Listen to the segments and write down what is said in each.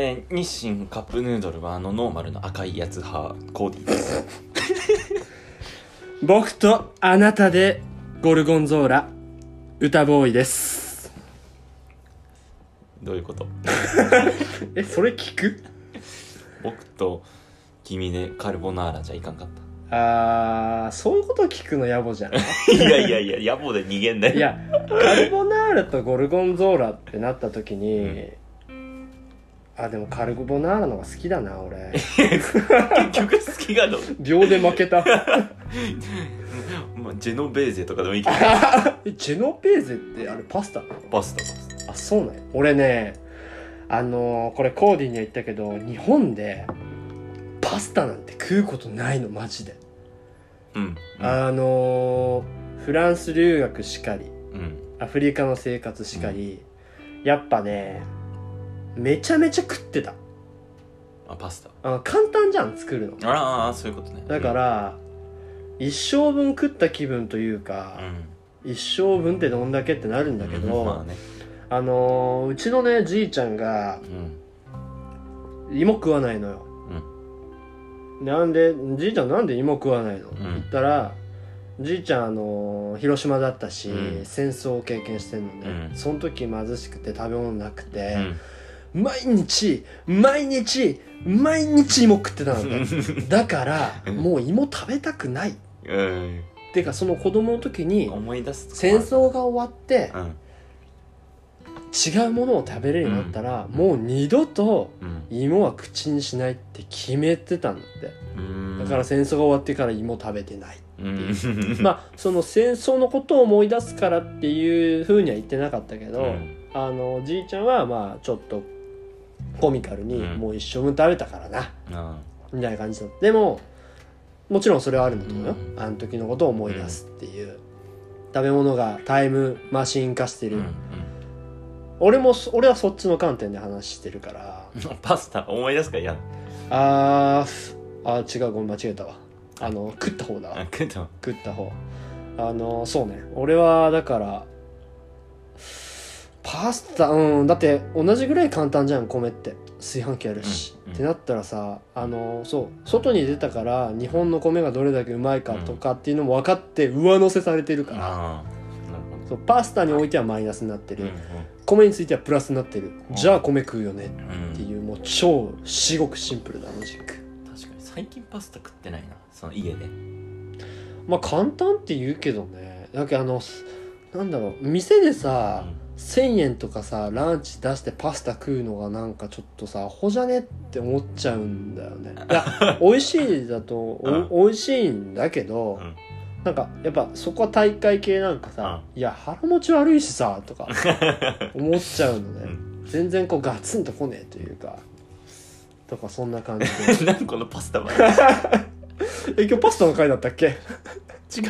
日清カップヌードルはノーマルの赤いやつ派コーディです僕とあなたでゴルゴンゾーラ歌ボーイです。 どういうことそれ聞く？ 僕と君でカルボナーラじゃいかんかった。 そういうこと聞くの野暮じゃん。 いや野暮で逃げんだよ。 いやカルボナーラとゴルゴンゾーラってなった時に、でもカルボナーラの方が好きだな俺。 結局好きがの秒で負けた。 まあ、ジェノベーゼとかでもいいけどジェノベーゼってあれパスタなの？ パスタそうなんや。俺ねこれコーディには言ったけど日本でパスタなんて食うことないのマジで。フランス留学しかり、アフリカの生活しかり、やっぱねめちゃめちゃ食ってた。 パスタ簡単じゃん作るの。 そういうことね。 だから、一生分食った気分というか、一生分ってどんだけってなるんだけど、 まあね、 うちのねじいちゃんが、芋食わないのよ。なんでじいちゃんなんで芋食わないの、言ったらじいちゃん広島だったし、戦争を経験してるので、その時貧しくて食べ物なくて、毎日芋食ってたのね。だからもう芋食べたくない、てかその子供の時に思い出す戦争が終わって、違うものを食べれるようになったら、もう二度と芋は口にしないって決めてたんだって。だから戦争が終わってから芋食べてないっていう。まあその戦争のことを思い出すからっていう風には言ってなかったけど、じいちゃんはまあちょっとコミカルに、もう一生分食べたからな、みたいな感じだった。でももちろんそれはあるんだと思うよ、あの時のことを思い出すっていう、食べ物がタイムマシン化してる、俺はそっちの観点で話してるから。 パスタ思い出すか？いや違う、ごめん間違えたわ。食った方だわ。食った方。そうね、俺はだからパスタ、だって同じぐらい簡単じゃん、米って炊飯器あるし、ってなったらさ、外に出たから日本の米がどれだけうまいかとかっていうのも分かって上乗せされてるから、そうパスタにおいてはマイナスになってる、米についてはプラスになってる、じゃあ米食うよねっていう、もう超至極シンプルなロジック。 確かに最近パスタ食ってないな、その家で。 まあ簡単って言うけどね、だけどなんだろう、店でさ、1000円とかさランチ出してパスタ食うのがなんかちょっとさアホじゃねって思っちゃうんだよね。いや美味しいだと、美味しいんだけど、なんかやっぱそこは大会系なんかさ、いや腹持ち悪いしさとか思っちゃうのね。全然こうガツンとこねえというか、とかそんな感じで。 何このパスタは今日パスタの回だったっけ？ 違う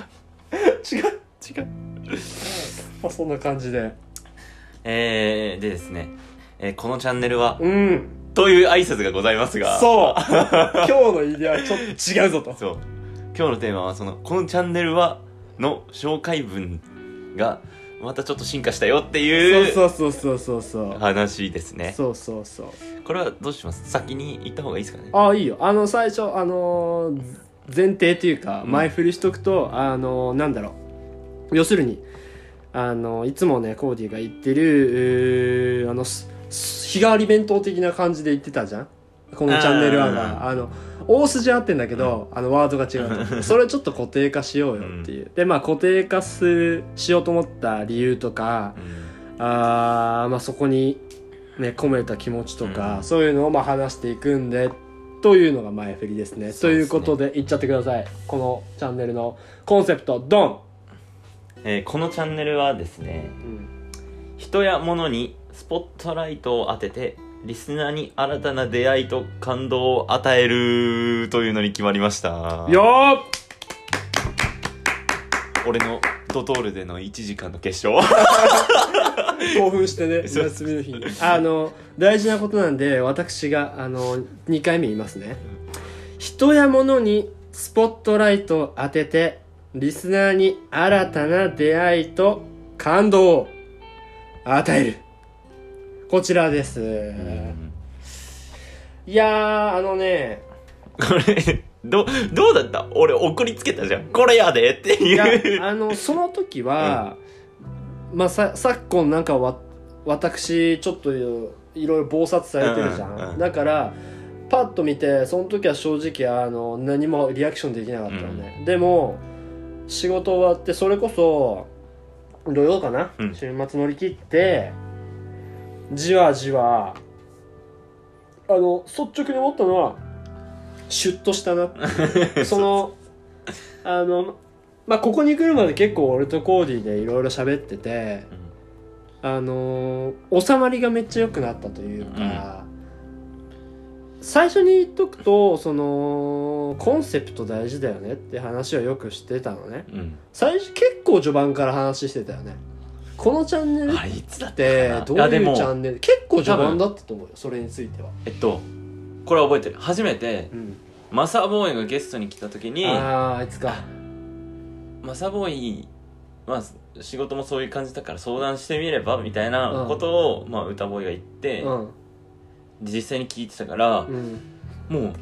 まあそんな感じででですね、このチャンネルは、 うんという挨拶がございますが、 そう今日の入りはちょっと違うぞと。 そう、今日のテーマはこのチャンネルはの紹介文がまたちょっと進化したよっていうそう話ですね。 そうこれはどうします？先に言った方がいいですかね？ いいよ。最初前提というか前振りしとくと、なんだろう、要するにいつもねコーディが言ってる日替わり弁当的な感じで言ってたじゃん、このチャンネルは。大筋合ってんだけど、ワードが違うとそれちょっと固定化しようよっていう、でまあ固定化しようと思った理由とか、まあそこにね込めた気持ちとか、そういうのをまあ話していくんでというのが前振りですね。ということで言っちゃってください。このチャンネルのコンセプトドン。 このチャンネルはですね、人や物にスポットライトを当ててリスナーに新たな出会いと感動を与えるというのに決まりました。 よー俺のドトールでの1時間の決勝興奮してね、休みの日に大事なことなんで私が2回目言いますね。人や物にスポットライトを当ててリスナーに新たな出会いと感動を与える、こちらです。 いやーこれどうだった？俺送りつけたじゃん、これやでっていう。 いやその時は、まあ昨今なんか私ちょっといろいろ忙殺されてるじゃん、だからパッと見てその時は正直何もリアクションできなかったのね、でも仕事終わってそれこそ土曜かな、週末乗り切ってじわじわ率直に思ったのはシュッとしたなそのまあここに来るまで結構俺とコーディでいろいろ喋ってて、収まりがめっちゃ良くなったというか、最初に言っとくとそのコンセプト大事だよねって話はよくしてたのね、最初結構序盤から話してたよね。このチャンネルってどういうチャンネル、結構序盤だったと思うよそれについては。 これは覚えてる。初めて、マサボーイがゲストに来た時に、 あいつか、 マサボーイ、まあ仕事もそういう感じだから相談してみればみたいなことを、まあ歌ボーイが言って、実際に聞いてたから、もう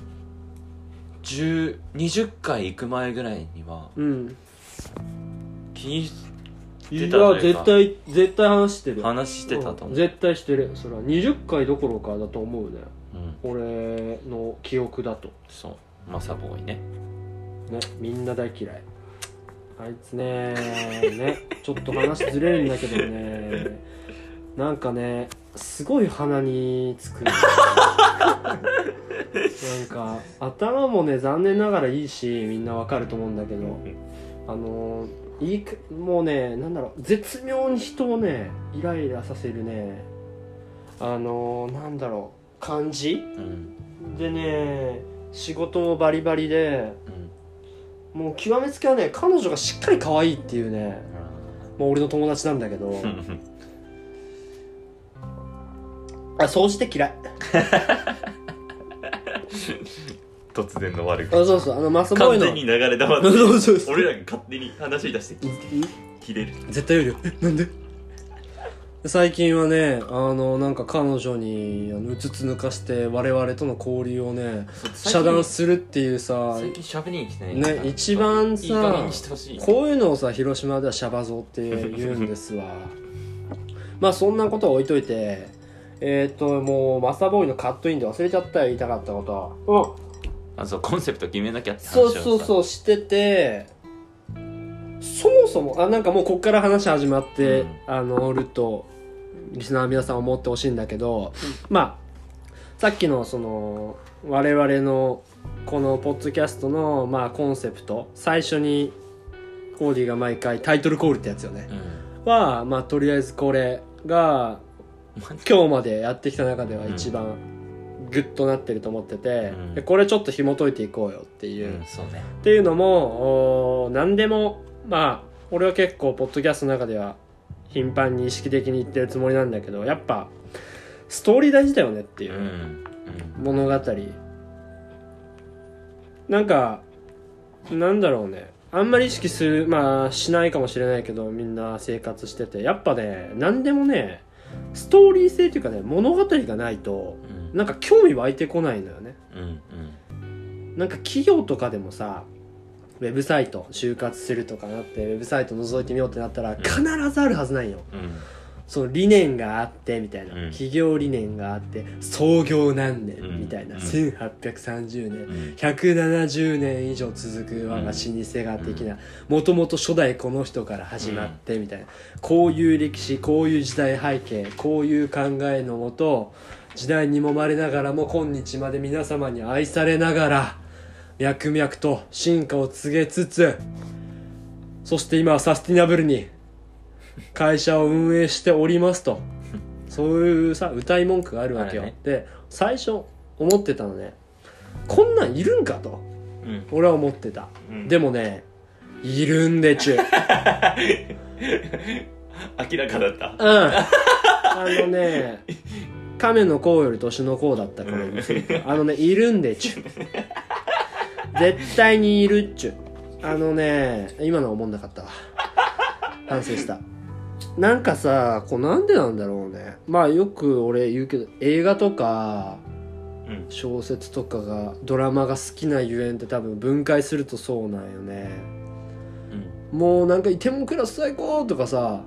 20回行く前ぐらいには、気にしてたというか、 絶対話してる、 話してたと思う、 絶対してる。それは20回どころかだと思うね、俺の記憶だと。 そうマサボーイね、 みんな大嫌いあいつねちょっと話ずれるんだけどね、なんかねすごい鼻につくなんか頭もね残念ながらいいしみんなわかると思うんだけど、もうねなんだろう、絶妙に人をねイライラさせるねなんだろう感じ、でね仕事もバリバリで、もう極めつけはね彼女がしっかり可愛いっていうね、もう俺の友達なんだけど総じて嫌い突然の悪口。 そうマスボーイの完全に流れ弾ってそう俺らが勝手に話し出して切れる。絶対言うよ。なんで最近はねなんか彼女にうつつ抜かして我々との交流をね遮断するっていうさ、 最近喋りに来てね一番さ、 いい加減にしてほしい。 こういうのをさ広島ではシャバゾって言うんですわまあそんなことは置いといて、もうマスターボーイのカットインで忘れちゃったよ言いたかったこと。 そうコンセプト決めなきゃって話をさ、 そうしてて、そもそもなんかもうこっから話始まって、るとリスナーの皆さん思ってほしいんだけど、まあさっきのその我々のこのポッドキャストのまあコンセプト、最初にコーディが毎回タイトルコールってやつよね、はまあとりあえずこれが今日までやってきた中では一番グッとなってると思ってて、でこれちょっと紐解いていこうよっていう、っていうのも何でもまあ俺は結構ポッドキャストの中では頻繁に意識的に言ってるつもりなんだけど、やっぱストーリー大事だよねっていう、物語なんかなんだろうね、あんまり意識するまあしないかもしれないけどみんな生活しててやっぱね何でもねストーリー性っていうかね物語がないとなんか興味湧いてこないのよね、なんか企業とかでもさウェブサイト就活するとかなってウェブサイト覗いてみようってなったら必ずあるはずないよ、その理念があってみたいな、企業理念があって創業何年みたいな、1830年、170年以上続く我が老舗が的な、もともと初代この人から始まってみたいな、こういう歴史こういう時代背景こういう考えのもと時代に揉まれながらも今日まで皆様に愛されながら脈々と進化を告げつつ、そして今はサスティナブルに会社を運営しておりますとそういうさ歌い文句があるわけよ、で最初思ってたのね、こんなんいるんかと、俺は思ってた、でもねいるんでちゅ明らかだった。 亀の甲より年の甲だったこれについているんでちゅ絶対にいるっちゅ今のは思んなかったわ反省した。なんかさこうなんでなんだろうね、まあよく俺言うけど映画とか小説とかがドラマが好きなゆえんって多分分解するとそうなんよね、もうなんかイテモンクラス最高とかさ、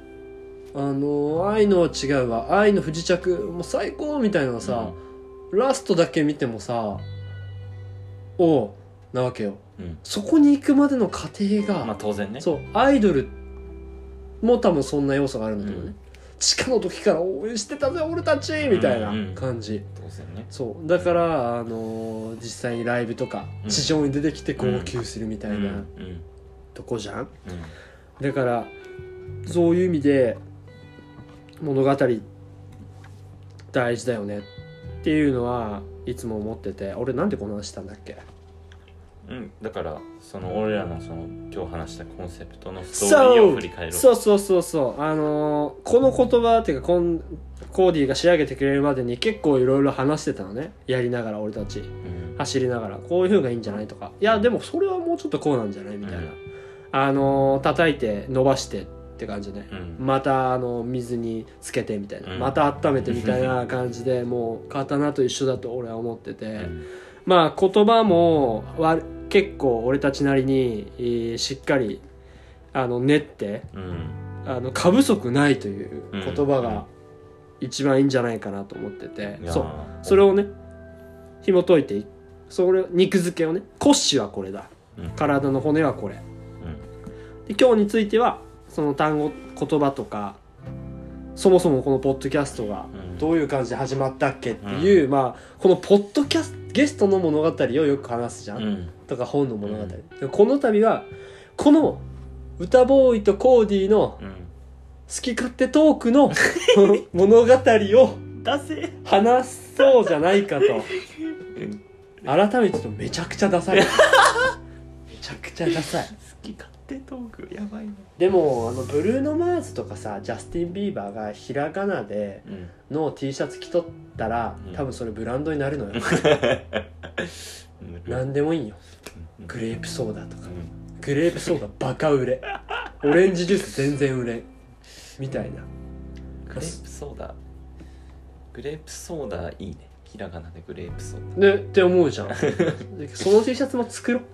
愛の違うわ、愛の不時着もう最高みたいなのさ、ラストだけ見てもさおうなわけよ、そこに行くまでの過程が、 まあ当然ね、 そうアイドルも多分そんな要素があるんだけどね、地下の時から応援してたぜ俺たちみたいな感じ、 当然ね、 そうだから実際にライブとか地上に出てきて号泣するみたいなとこじゃん、だからそういう意味で物語大事だよねっていうのはいつも思ってて、俺なんでこの話したんだっけ。 だからその俺らのその今日話したコンセプトのストーリーを振り返る。 そうこの言葉っていうかコーディが仕上げてくれるまでに結構いろいろ話してたのね、やりながら俺たち、走りながらこういう風がいいんじゃないとか、いやでもそれはもうちょっとこうなんじゃないみたいな、叩いて伸ばしてって感じで、また水につけてみたいな、また温めてみたいな感じでもう刀と一緒だと俺は思ってて、まあ言葉も結構俺たちなりに、しっかり練って、過不足ないという言葉が一番いいんじゃないかなと思ってて、それをね紐解いて、それ肉付けをね、骨子はこれだ、体の骨はこれ、で今日についてはその単語言葉とか、そもそもこのポッドキャストがどういう感じで始まったっけっていう、まあこのポッドキャストゲストの物語をよく話すじゃん、とか本の物語、この度はこの歌ボーイとコーディの好き勝手トークの物語を話そうじゃないかと改めて言うとめちゃくちゃダサいめちゃくちゃダサい、好き勝手トークやばいね。 でもブルーノ・マーズとかさ、ジャスティン・ビーバーがひらがなでの T シャツ着とったら、多分それブランドになるのよ何でもいいよ、グレープソーダとか、グレープソーダバカ売れ、オレンジジュース全然売れみたいな、 グレープソーダいいね、ひらがなでグレープソーダねって思うじゃんその T シャツも作ろう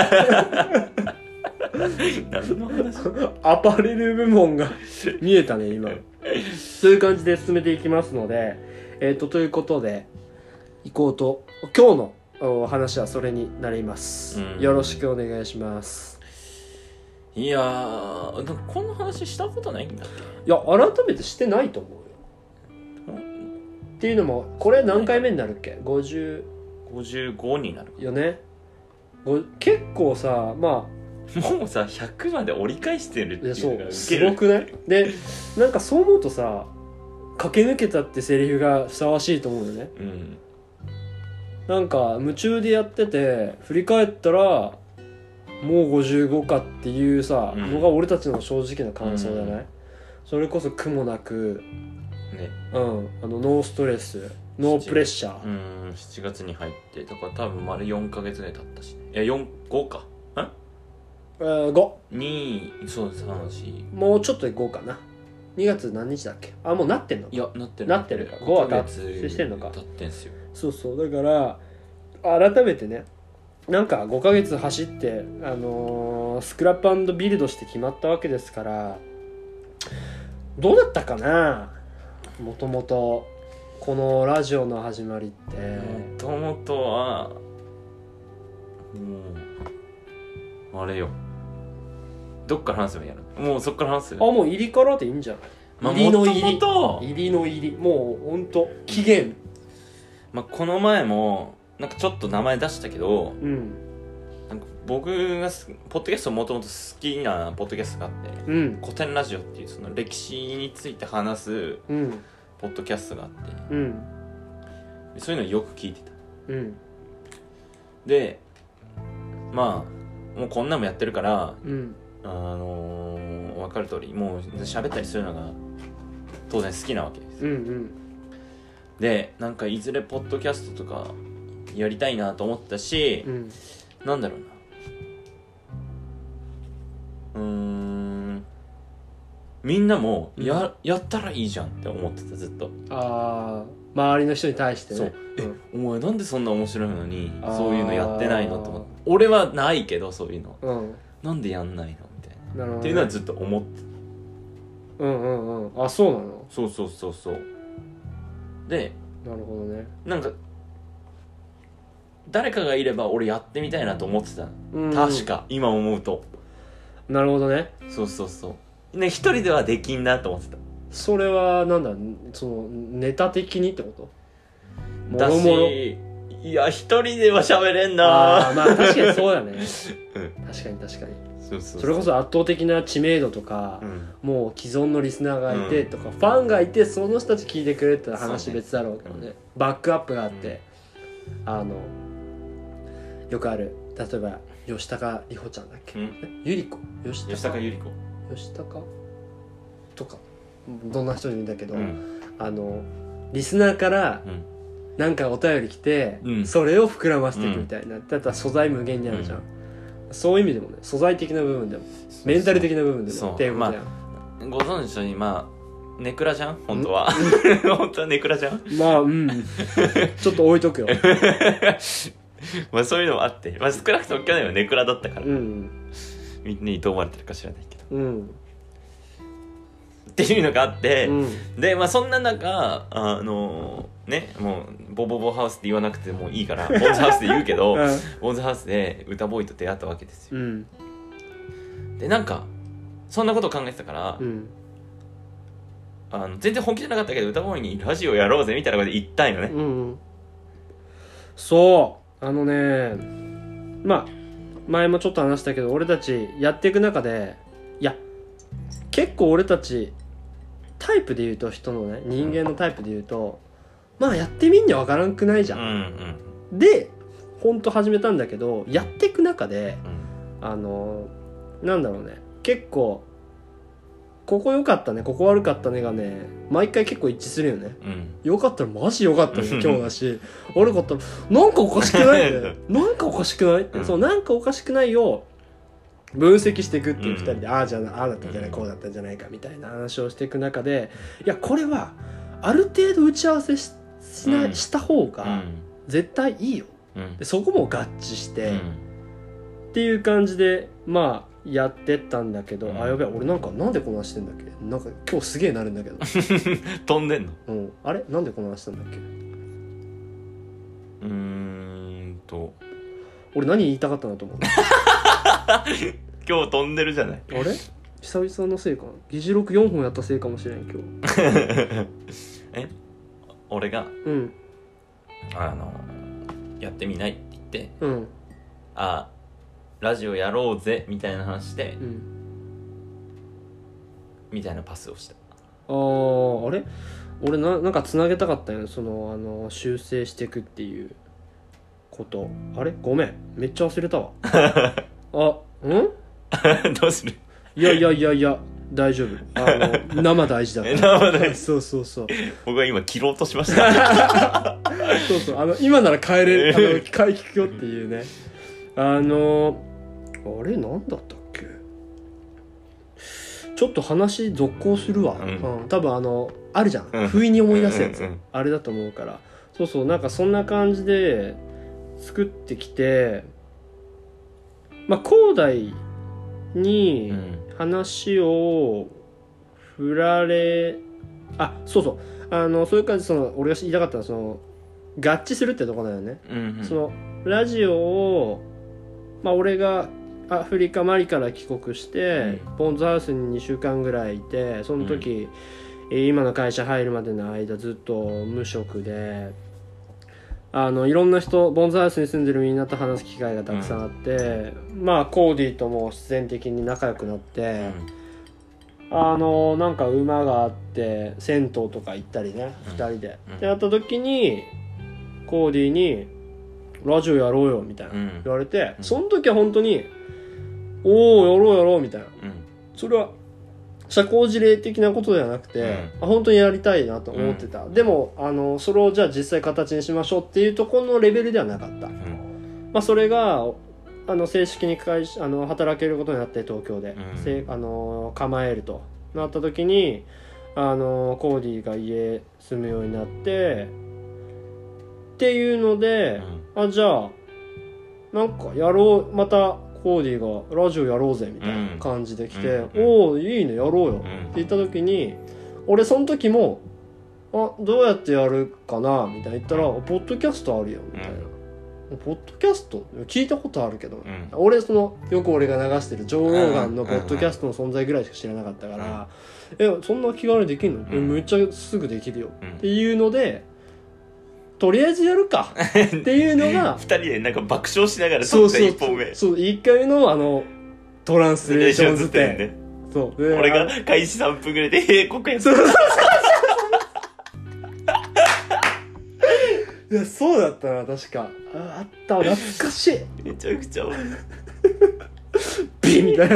何の話アパレル部門が見えたね今そういう感じで進めていきますので、ということで行こうと、今日の話はそれになります、よろしくお願いします。 いやー、なんかこんな話したことないんだっけ。 いや改めてしてないと思うよ、っていうのもこれ何回目になるっけ、 55になるよね。結構さ、まあもうさ100まで折り返してるっていうのがすごくないで、なんかそう思うとさ、駆け抜けたってセリフがふさわしいと思うよね、なんか夢中でやってて振り返ったらもう55かっていうさ、のが俺たちの正直な感想じゃない、それこそ苦もなく、ね、ノーストレスノープレッシャー、 7月に入ってだから多分丸4ヶ月ぐらい経ったしね、いや5か 5 そう3、4 もうちょっとで5かな。2月何日だっけ、もうなってんのか、 いやなってるか、5は達成してんのか、 経ってんすよ。 そうだから改めてね、なんか5ヶ月走って、スクラップ&ビルドして決まったわけですから、どうだったかな。もともとこのラジオの始まりってもともとはもうあれよ、どっから話せばいいやろ、もうそっから話す。 もう入りからでいいんじゃない、入りの入りもうほんと期限、 この前もなんかちょっと名前出したけど、なんか僕がポッドキャストもともと好きなポッドキャストがあって、古典ラジオっていうその歴史について話すポッドキャストがあって、そういうのをよく聞いてた、でもうこんなんもやってるから、分かる通りもう喋ったりするのが当然好きなわけです、でなんかいずれポッドキャストとかやりたいなと思ったし、なんだろうな、みんなもやったらいいじゃんって思ってたずっと。 周りの人に対してね。 そう、お前なんでそんな面白いのにそういうのやってないのと思って、俺はないけどそういうの、なんでやんないのみたいな、っていうのはずっと思って、 あ、そうなの。 そうで、 なるほどね。 なんか誰かがいれば俺やってみたいなと思ってたの、確か今思うと。 なるほどね。 そうね、一人ではできんなと思ってた。 それはなんだ、そのネタ的にってこと？ だし、いや一人では喋れんな。 あ、まあ確かにそうだね、確かにそれこそ圧倒的な知名度とか、もう既存のリスナーがいてとか、ファンがいてその人たち聞いてくれって話別だろうけどね、バックアップがあって、よくある、例えば吉高里帆ちゃんだっけ、ゆり子、吉高由里子とかどんな人にもいいんだけど、リスナーからなんかお便り来て、それを膨らませていくみたいな、だったら素材無限にあるじゃん、そういう意味でもね、素材的な部分でもメンタル的な部分でもっていうことじゃん。 ご存知のように、まあネクラじゃん本当は本当はネクラじゃん、 まあちょっと置いとくよまあそういうのもあって、まあ、少なくとも去年はネクラだったから、みんなにどう思われてるか知らないけど、っていうのがあって、でまあそんな中ね、もうボボボハウスって言わなくてもいいからボンズハウスで言うけど、ボンズハウスで歌ボーイと出会ったわけですよ、でなんかそんなことを考えてたから、全然本気じゃなかったけど歌ボーイにラジオやろうぜみたいなことで言ったんよね、 そうまあ前もちょっと話したけど、俺たちやっていく中で、いや結構俺たちタイプで言うと、人のね、人間のタイプで言うと、まあやってみんには分からんくないじゃん、でほんと始めたんだけど、やっていく中で、なんだろうね、結構ここ良かったね、ここ悪かったねがね、毎回結構一致するよね、良かったらマジ良かったね今日だし、悪かったらなんかおかしくないねなんかおかしくないって、そうなんかおかしくないを分析していくっていう2人で、ああだったんじゃない、こうだったんじゃないかみたいな話をしていく中で、いやこれはある程度打ち合わせした方が絶対いいよ、でそこも合致して、っていう感じでまあやってったんだけど、あやべえ、俺なんでこんなしてんだっけ、なんか今日すげえなるんだけど飛んでんの、 あれなんでこんなしたんだっけ、俺何言いたかったなと思う今日飛んでるじゃない、 あれ久々のせいかな、議事録4本やったせいかもしれん今日俺がやってみないって言って、ラジオやろうぜみたいな話で、みたいなパスをした。 あれ俺なんかつなげたかったよ、その修正していくっていうこと。あれごめん、めっちゃ忘れたわどうする？ いや大丈夫、生大事だから生大事そう僕は今切ろうとしましたそう今なら変えれる買い聞くよっていうね、あれなんだったっけ、ちょっと話続行するわ、多分あるじゃん、不意に思い出すやつ、あれだと思うから、そうなんかそんな感じで作ってきて、まあ広大に話を振られ、そういう感じ、俺が言いたかったのは合致するってとこだよね、そのラジオを、まあ俺がアフリカマリから帰国して、ボンズハウスに2週間ぐらいいて、その時、今の会社入るまでの間ずっと無職で、いろんな人、ボンズハウスに住んでるみんなと話す機会がたくさんあって、まあコーディとも自然的に仲良くなって、なんか馬があって銭湯とか行ったりね、2人ででやった時にコーディにラジオやろうよみたいな言われて、その時は本当におーやろうみたいな、それは社交辞令的なことではなくて、本当にやりたいなと思ってた、でもそれをじゃあ実際形にしましょうっていうところのレベルではなかった、まあそれが正式に働けることになって東京で、構えるとなった時にコーディが家住むようになってっていうので、じゃあなんかまたコーディがラジオやろうぜみたいな感じで来て、おおいいねやろうよって言った時に、俺その時もどうやってやるかなみたいな言ったら、ポッドキャストあるよみたいな、ポッドキャスト聞いたことあるけど、俺よく俺が流してるジョー・ローガンのポッドキャストの存在ぐらいしか知らなかったから、そんな気軽にできるの、めっちゃすぐできるよ、っていうのでとりあえずやるかっていうのが 2人でなんか爆笑しながら撮った1本目。 そう1回のトランスレーション図典ね。 そう俺が開始3分ぐらいで閉国やった。 いやそうだったな、確かあった懐かしい。 めちゃくちゃビみたいな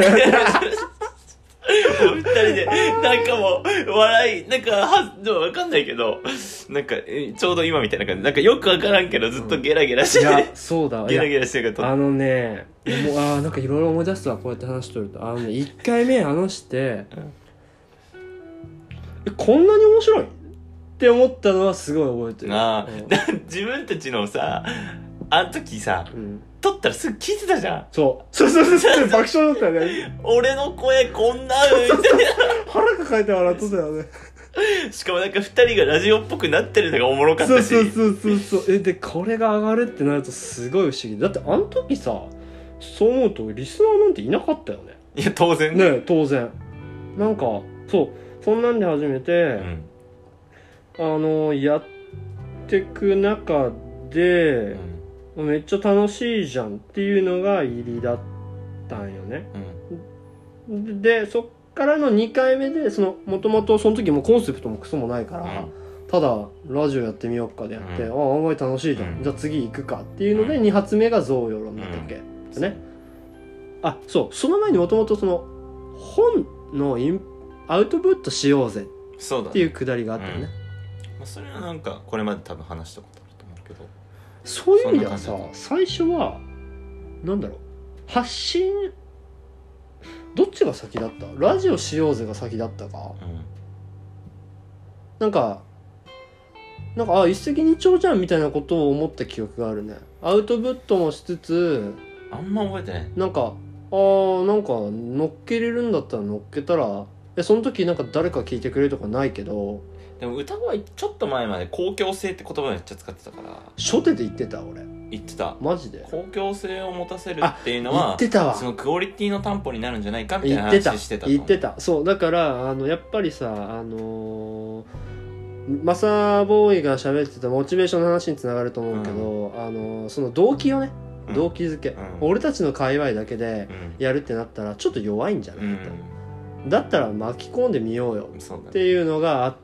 2人でなんかもう笑いなんかわかんないけど、なんかちょうど今みたいな感じ、なんかよくわからんけどずっとゲラゲラして、 いやそうだゲラゲラしてるからもうなんかいろいろ思い出すわ、こうやって話しとると。1回目話して、こんなに面白いって思ったのはすごい覚えてる。 自分たちのさあの時さ、撮ったらすぐ聞いてたじゃん。 そう爆笑だったよね。 俺の声こんなみたいな腹抱えて笑っとったよね。 しかもなんか2人がラジオっぽくなってるのがおもろかったし、 そうでこれが上がるってなるとすごい不思議だって。あの時さそう思うとリスナーなんていなかったよね。 いや当然ね、当然なんかそんなんで始めて、やってく中で、めっちゃ楽しいじゃんっていうのが入りだったんよね、でそっからの2回目でもともとその時もコンセプトもクソもないから、ただラジオやってみようかでやって、案外楽しいじゃん、じゃあ次行くかっていうので、2発目が贈与論だったっけ、ね。その前にもともと本のアウトプットしようぜっていうくだりがあったよね。 それはなんかこれまで多分話したことあると思うけど、 そういう意味ではさ、最初はなんだろう、発信どっちが先だった？ラジオしようぜが先だったか、なんか一石二鳥じゃんみたいなことを思った記憶があるね。アウトプットもしつつ、 あんま覚えてない。 なんか乗っけれるんだったら乗っけたら、その時なんか誰か聞いてくれるとかないけど、 でも歌声ちょっと前まで公共性って言葉めっちゃ使ってたから。 初手で言ってた。俺言ってた。 マジで公共性を持たせるっていうのは言ってたわ。 そのクオリティの担保になるんじゃないかみたいな話してた。 言ってた。そうだからやっぱりさマサボーイが喋ってたモチベーションの話につながると思うけど、その動機をね、動機づけ、俺たちの界隈だけでやるってなったらちょっと弱いんじゃない、だったら巻き込んでみようよっていうのがあった。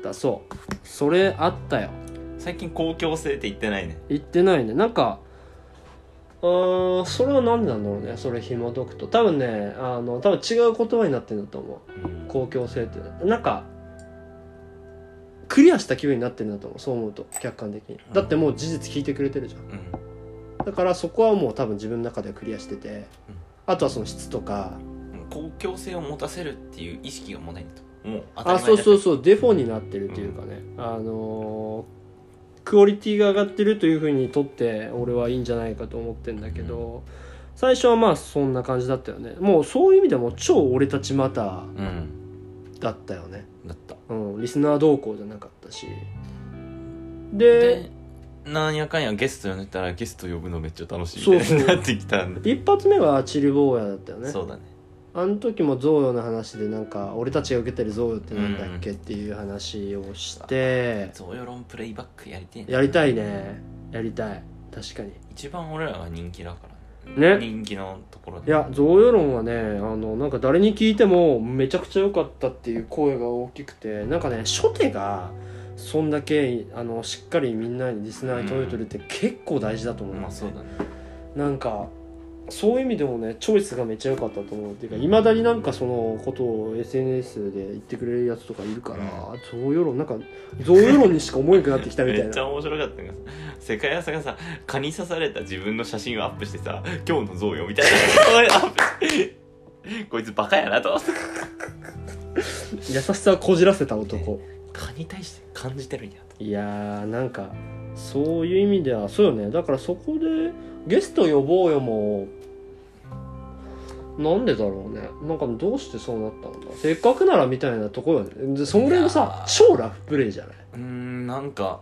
それあったよ。 最近公共性って言ってないね。 言ってないね。なんかそれは何なんだろうね。それ紐解くと多分ね多分違う言葉になってるんだと思う、公共性ってなんかクリアした気分になってるんだと思う。そう思うと客観的に、だってもう事実聞いてくれてるじゃん、だからそこはもう多分自分の中ではクリアしてて、あとはその質とか公共性を持たせるっていう意識がもうないんだと。もう当たり前だ。そうデフォになってるっていうかね、クオリティが上がってるという風にとって俺はいいんじゃないかと思ってんだけど、最初はまあそんな感じだったよね。もうそういう意味でも超俺たちまただったよね、 だった、 リスナー同行じゃなかったし、でなんやかんやゲスト呼んでたらゲスト呼ぶのめっちゃ楽しいみたいになってきたんで、 一発目がチル坊やだったよね。 そうだね。 あの時も贈与の話でなんか俺たちが受けてる贈与ってなんだっけっていう話をして、 贈与論プレイバックやりたいね。 やりたいね、やりたい。確かに一番俺らが人気だからね、 人気のところで。 いや贈与論はねなんか誰に聞いてもめちゃくちゃ良かったっていう声が大きくて、なんかね初手がそんだけしっかりみんなにリスナーに届いてるって結構大事だと思う、 まあそうだね。なんかそういう意味でもねチョイスがめっちゃ良かったと思うっていうか、いまだになんかそのことを SNS で言ってくれるやつとかいるから、贈与論なんか贈与論にしか思えなくなってきたみたいな。 めっちゃ面白かったのが世界朝がさ、蚊に刺された自分の写真をアップしてさ、今日の贈与みたいなアップしてこいつバカやなと優しさをこじらせた男。 蚊に対して感じてるんやと。 いやーなんかそういう意味ではそうよね。だからそこでゲスト呼ぼうよもなんでだろうね。なんかどうしてそうなったんだ。せっかくならみたいなところよね。でそんぐらいのさ超ラフプレイじゃない。 なんか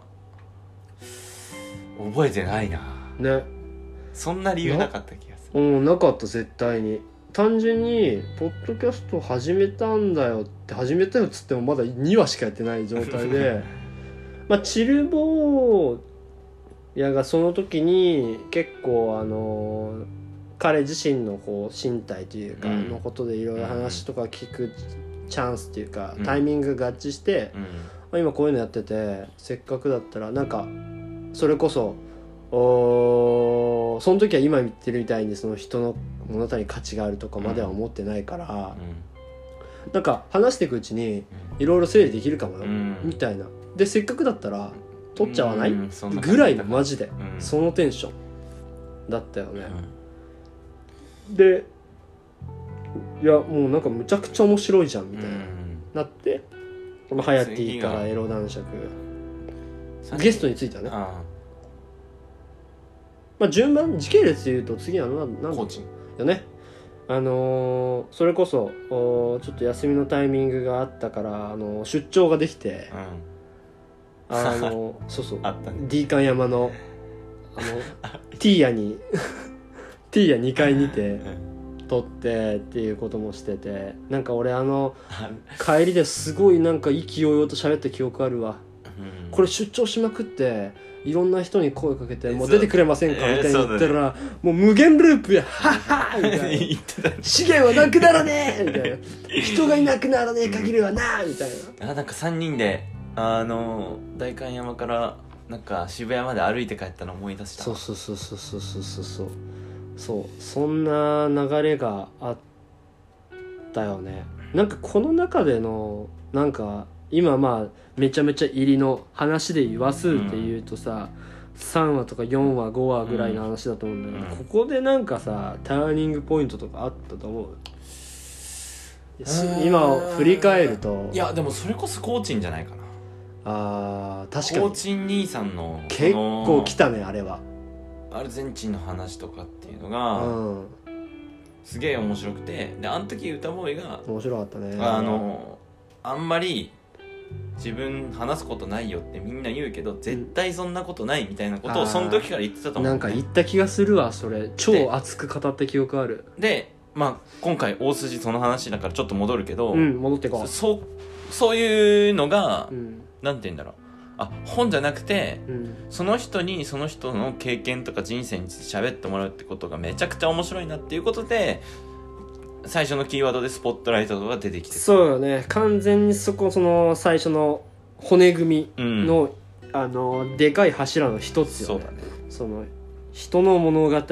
覚えてないなね。 そんな理由なかった気がする。 なかった絶対に。単純にポッドキャスト始めたんだよって始めたよっつってもまだ2話しかやってない状態でまあチルボーヤがその時に結構彼自身のこう身体というかのことでいろいろ話とか聞くチャンスっていうかタイミングが合致して、今こういうのやっててせっかくだったらなんかそれこそその時は今言ってるみたいにその人の物語に価値があるとかまでは思ってないから、なんか話していくうちにいろいろ整理できるかもよ、みたいな。でせっかくだったら撮っちゃわない、ぐらいのマジで、そのテンションだったよね、でいやもうなんかむちゃくちゃ面白いじゃんみたいな、なってハヤティからエロ男爵ゲストについたね。まあ、順番時系列で言うと次は何だよね。それこそちょっと休みのタイミングがあったから出張ができて、そうそうあった、ね、D 館山のティーヤにティーヤ2階にて撮ってっていうこともしてて、なんか俺帰りですごいなんか意気揚々と喋った記憶あるわ、これ出張しまくっていろんな人に声かけてもう出てくれませんかみたいに言ったら、もう無限ループやハッハーみたいな資源はなくならねえみたいな人がいなくならねえ限りはなみたいな。 なんか3人で代官山からなんか渋谷まで歩いて帰ったの思い出した。 そうそんな流れがあったよね。なんかこの中でのなんか今まあめちゃめちゃ入りの話で話数っていうとさ、3話とか4話5話ぐらいの話だと思うんだけど、ここでなんかさターニングポイントとかあったと思う？今振り返るといやでもそれこそコーチンじゃないかな。 確かにコーチン兄さんの結構来たねあれは。 アルゼンチンの話とかっていうのが、すげえ面白くて、であの時歌ボーイが面白かったね。 あんまり自分話すことないよってみんな言うけど絶対そんなことないみたいなことをその時から言ってたと思う、ね、 なんか言った気がするわ。それ超熱く語った記憶ある。 でまあ今回大筋その話だからちょっと戻るけど、 戻ってこう。 そういうのが、なんて言うんだろう、本じゃなくて、その人にその人の経験とか人生について喋ってもらうってことがめちゃくちゃ面白いなっていうことで最初のキーワードでスポットライトが出てきてる。 そうよね。完全にその最初の骨組みの、でかい柱の一つよね。そうだね。その人の物語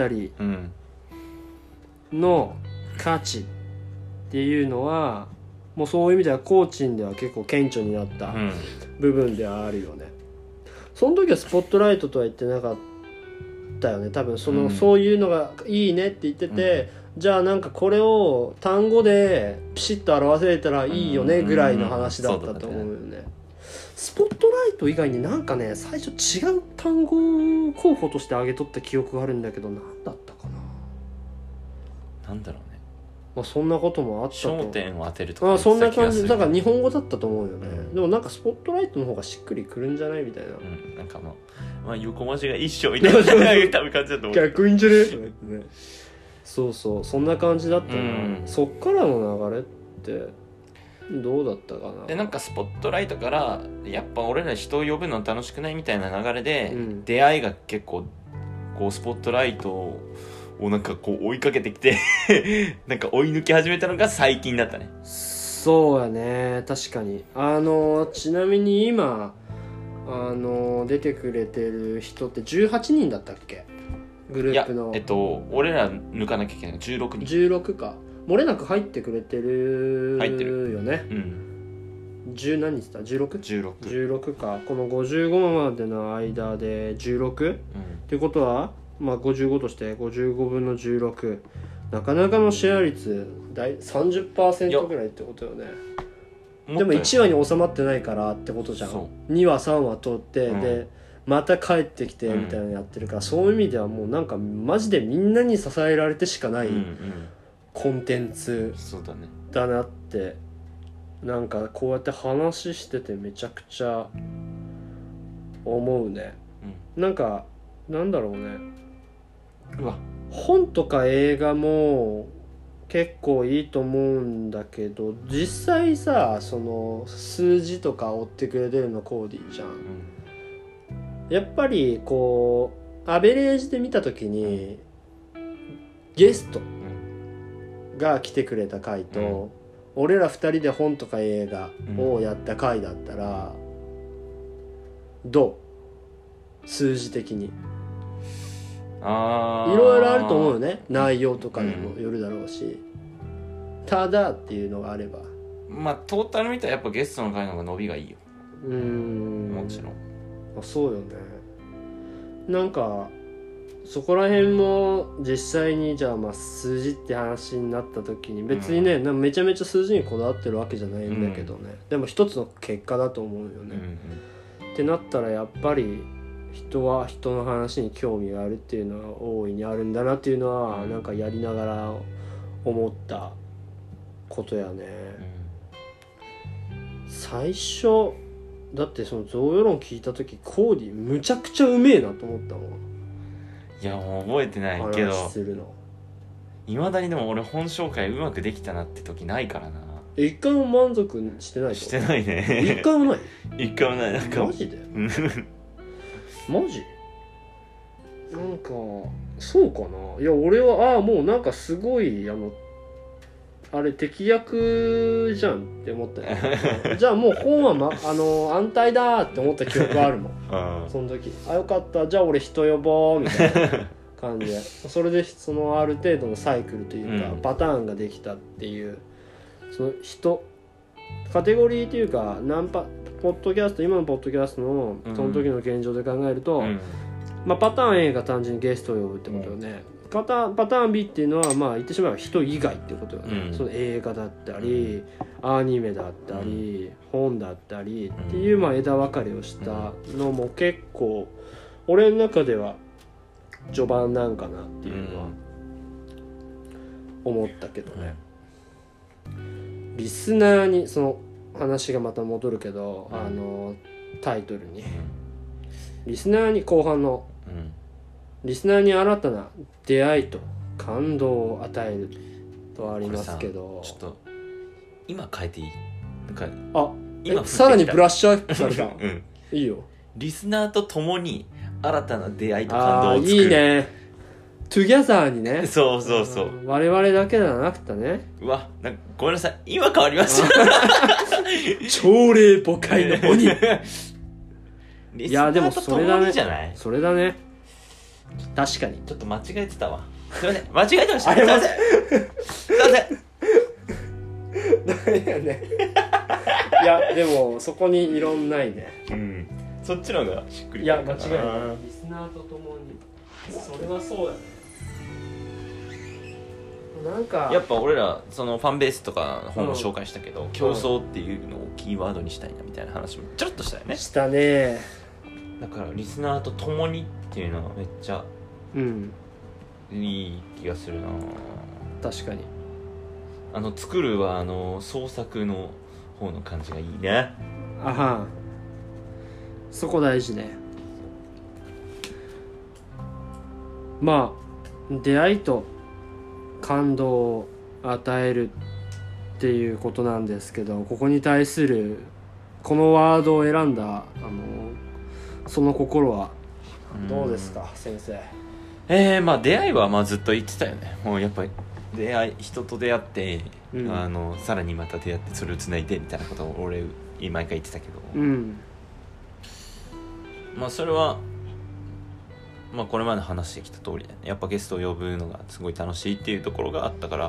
の価値っていうのはもうそういう意味ではコーチンでは結構顕著になった部分ではあるよね。その時はスポットライトとは言ってなかったよね多分。そういうのがいいねって言ってて、じゃあなんかこれを単語でピシッと表せれたらいいよねぐらいの話だったと思うよね。スポットライト以外になんかね最初違う単語候補として挙げとった記憶があるんだけど何だったかな。 なんだろうね。 まあそんなこともあったと。 焦点を当てるとかそんな感じだから日本語だったと思うよね、でもなんかスポットライトの方がしっくりくるんじゃないみたいな、 なんかまあ横文字が一緒みたいな多分感じだと思う。 逆いんじゃねとか言ってね。そうそんな感じだったな、そっからの流れってどうだったかな。 でなんかスポットライトからやっぱ俺ら人を呼ぶの楽しくないみたいな流れで、出会いが結構こうスポットライトをなんかこう追いかけてきてなんか追い抜き始めたのが最近だったね。 そうやね確かに。ちなみに今出てくれてる人って18人だったっけグループの。 俺ら抜かなきゃいけない16人。 16か。漏れなく入ってくれてる入ってるよね。10何日だ 16 か。この55話までの間で 16、ってことはまあ55として55分の16、なかなかのシェア率30% ぐらいってことよね。 でも1話に収まってないからってことじゃん。2話3話通って、でまた帰ってきてみたいなのやってるから、そういう意味ではもうなんかマジでみんなに支えられてしかないコンテンツだなって、なんかこうやって話しててめちゃくちゃ思うね。なんかなんだろうね、本とか映画も結構いいと思うんだけど、実際さその数字とか追ってくれてるのコーディじゃん、やっぱりこうアベレージで見た時にゲストが来てくれた回と、俺ら2人で本とか映画をやった回だったら、どう数字的にいろいろあると思うよね、内容とかにもよるだろうし、ただっていうのがあれば、 まあトータル見たらやっぱゲストの回の方が伸びがいいよ。もちろんそうよね。なんかそこら辺も実際にじゃあまあ数字って話になった時に別にね、めちゃめちゃ数字にこだわってるわけじゃないんだけどね、でも一つの結果だと思うよね、ってなったらやっぱり人は人の話に興味があるっていうのは大いにあるんだなっていうのはなんかやりながら思ったことやね、最初だってその贈与論聞いた時コーディむちゃくちゃうめえなと思ったもん。 いやもう覚えてないけど話するのいまだにでも俺本紹介うまくできたなって時ないからな。 一回も満足してないと。 してないね。 一回もない一回もない。なんかマジでマジなんかそうかな。いや俺はもうなんかすごいあれ敵役じゃんって思ったよじゃあもう本は、安泰だって思った記憶があるもんその時よかったじゃあ俺人呼ぼうみたいな感じでそれでそのある程度のサイクルというか、パターンができたっていうその人カテゴリーというかポッドキャスト今のポッドキャストのその時の現状で考えると、まあ、パターン A が単純にゲストを呼ぶってことよね、パターン B っていうのはまあ言ってしまえば人以外ってことよね、その映画だったりアニメだったり、本だったりっていうまあ枝分かれをしたのも結構俺の中では序盤なんかなっていうのは思ったけどね、リスナーにその話がまた戻るけど、タイトルにリスナーに後半の、リスナーに新たな出会いと感動を与えるとありますけど、 ちょっと今変えていい？なんか今さらにブラッシュアップされたいいよ。 リスナーと共に新たな出会いと感動を作る。 いいね。トゥギャザーにね。 そうそうそう。 我々だけではなくてね。 うわ、なんかごめんなさい。今変わりました。 朝礼母会の鬼。 いやでもそれだね。 それだね。確かに。 ちょっと間違えてたわ。すいません。間違えてました。すいません。すいません。 ダメやね。いやでもそこに異論ないね。 そっちの方がしっくり。 いや間違いない。リスナーと共に。それはそうやね。なんかやっぱ俺らそのファンベースとか本を紹介したけど、競争っていうのをキーワードにしたいなみたいな話もちょろっとしたよね。 したね。 だからリスナーと共にっていうのはめっちゃいい気がするな。 確かに。 作るは創作の方の感じがいいね。 そこ大事ね。まあ出会いと感動を与えるっていうことなんですけど、ここに対するこのワードを選んだその心はどうですか、先生。 まあ出会いはまあずっと言ってたよね。もうやっぱり人と出会って、さらにまた出会ってそれをつないでみたいなことを俺毎回言ってたけど、まあそれはまあこれまで話してきた通りだよね。やっぱゲストを呼ぶのがすごい楽しいっていうところがあったから、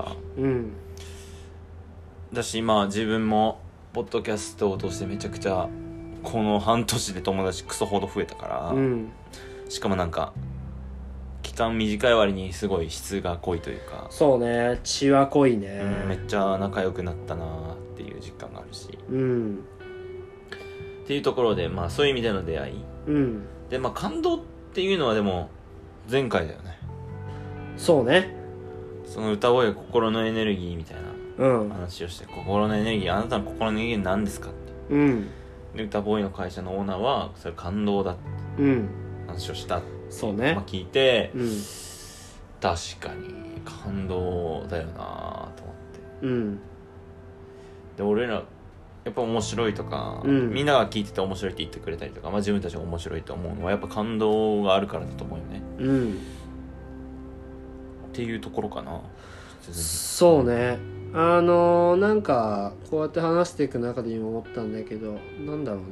だしまあ自分もポッドキャストを通してめちゃくちゃこの半年で友達クソほど増えたから、しかもなんか期間短い割にすごい質が濃いというか、 そうね、血は濃いね、 めっちゃ仲良くなったなっていう実感があるし、 っていうところで、まあそういう意味での出会い、でまあ感動っていうのはでも前回だよね。 そうね。 その歌声心のエネルギーみたいな話をして、心のエネルギー、あなたの心のエネルギー何ですかって、で歌ボーイの会社のオーナーはそれ感動だって話をしたって、 そうね、 まあ、聞いて、確かに感動だよなと思って、で俺らやっぱ面白いとか、みんなが聞いてて面白いって言ってくれたりとか、まあ、自分たちが面白いと思うのはやっぱ感動があるからだと思うよね、っていうところかな。 そうね。なんかこうやって話していく中で今思ったんだけど、なんだろ